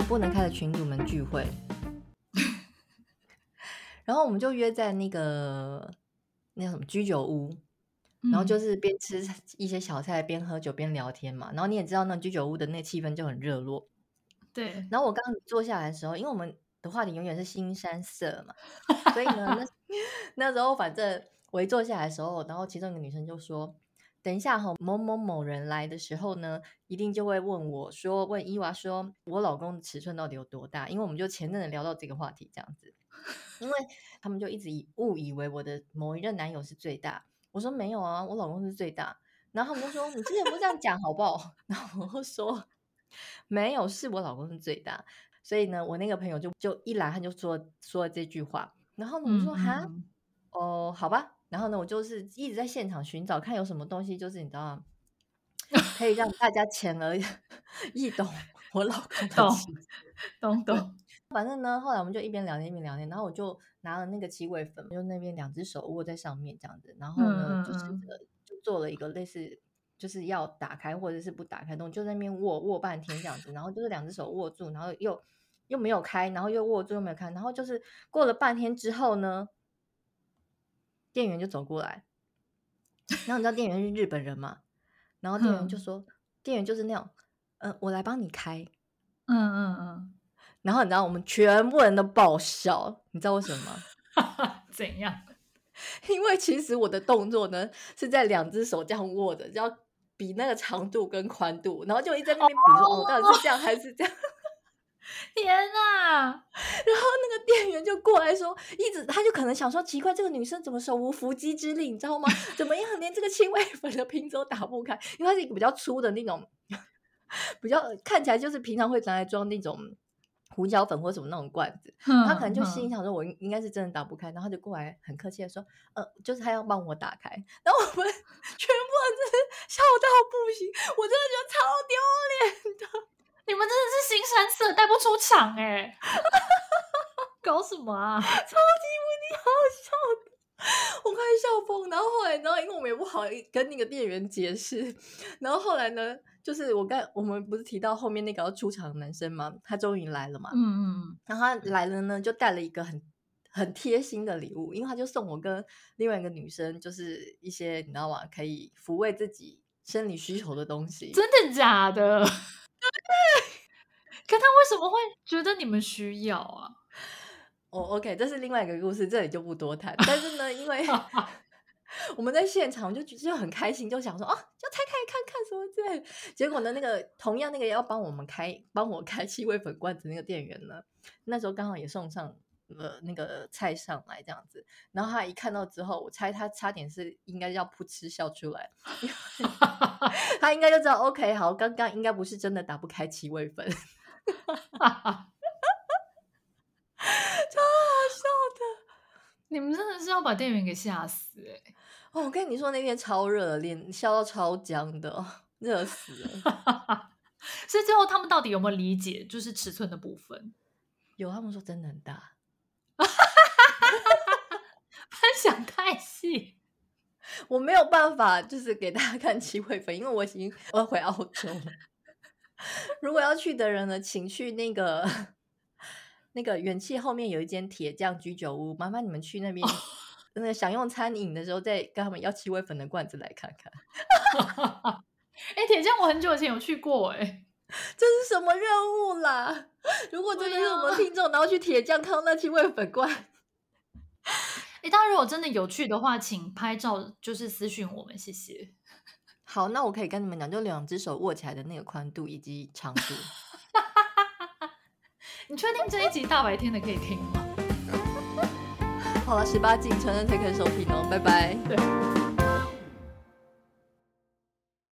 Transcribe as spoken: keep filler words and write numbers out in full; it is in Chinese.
不能开的群组们聚会，然后我们就约在那个那叫什么居酒屋，然后就是边吃一些小菜边喝酒边聊天嘛。然后你也知道那居酒屋的那气氛就很热络。 对。 然后我刚坐下来的时候，因为我们的话题永远是新山色嘛，所以呢那那时候反正我一坐下来的时候，然后其中一个女生就说，等一下某某某人来的时候呢，一定就会问我说，问伊娃说我老公的尺寸到底有多大，因为我们就前阵子聊到这个话题这样子，因为他们就一直以误以为我的某一任男友是最大，我说没有啊，我老公是最大，然后他们就说你之前不这样讲好不好，然后我就说没有，是我老公是最大。所以呢我那个朋友就就一来他就说说了这句话，然后呢我就说哈、嗯、哦好吧，然后呢我就是一直在现场寻找看有什么东西就是你知道吗，可以让大家浅而易懂我老公的懂懂懂。 反正呢后来我们就一边聊天一边聊天，然后我就拿了那个七味粉，就那边两只手握在上面这样子，然后呢、嗯嗯嗯、就试着就做了一个类似就是要打开或者是不打开的东西，就在那边握握半天这样子，然后就是两只手握住，然后又又没有开，然后又握住又没有开，然后就是过了半天之后呢，店员就走过来，然后你知道店员是日本人嘛，然后店员就说、嗯、店员就是那种嗯、呃，我来帮你开， 嗯嗯嗯， 然后你知道我们全部人都爆笑，你知道为什么吗？怎样？ 因为其实我的动作呢是在两只手这样握着，就要比那个长度跟宽度，然后就一直在那边比说 哦, 哦到底是这样还是这样。 天啊！ 然后那个店员就过来说，一直他就可能想说奇怪这个女生怎么手无缚鸡之力你知道吗，怎么样连这个青味粉的瓶子都打不开，因为它是一个比较粗的那种比较看起来就是平常会拿来装那种胡椒粉或什么那种罐子，他可能就心想说我应该是真的打不开，然后他就过来很客气的说呃，就是他要帮我打开，然后我们全部人真的笑到不行，我真的觉得超丢脸的。 你们真的是新山色带不出场哎、欸！搞什么啊？ 超级无敌好笑的，我快笑疯。然后后来，然后因为我们也不好跟那个店员解释，然后后来呢，就是我刚我们不是提到后面那个要出场的男生吗？他终于来了嘛， 嗯嗯， 然后他来了呢，就带了一个很很贴心的礼物，因为他就送我跟另外一个女生，就是一些你知道吗，可以抚慰自己生理需求的东西。 真的假的？可他为什么会觉得你们需要啊？ 哦、oh, ，OK， 这是另外一个故事，这里就不多谈。但是呢，因为我们在现场就就很开心，就想说啊，就拆开看看什么之类的。结果呢，那个同样那个要帮我们开、帮我开七味粉罐子那个店员呢，那时候刚好也送上了那个菜上来这样子。然后他一看到之后，我猜他差点是应该要噗嗤笑出来，他应该就知道 OK， 好，刚刚应该不是真的打不开七味粉。超好笑的， 你们真的是要把店员给吓死哎、欸！ 哦，我跟你说那天超热的，脸笑到超僵的，热死了。 所以最后他们到底有没有理解就是尺寸的部分？ 有，他们说真的很大。 分享太细， 我没有办法就是给大家看七味粉，因为我已经我要回澳洲了。如果要去的人呢，请去那个那个远气后面有一间铁匠居酒屋，麻烦你们去那边、哦、那个享用餐饮的时候再跟他们要七味粉的罐子来看看。 哎、欸，铁匠我很久以前有去过哎、欸， 这是什么任务啦？如果真的是我们听众然后去铁匠看到那七味粉罐， 哎、欸，大家如果真的有趣的话请拍照就是私讯我们，谢谢。 好，那我可以跟你们讲，就两只手握起来的那个宽度以及长度。 你确定这一集大白天的可以听吗？ 好了，十八禁成人才可以收听哦，拜拜。 对。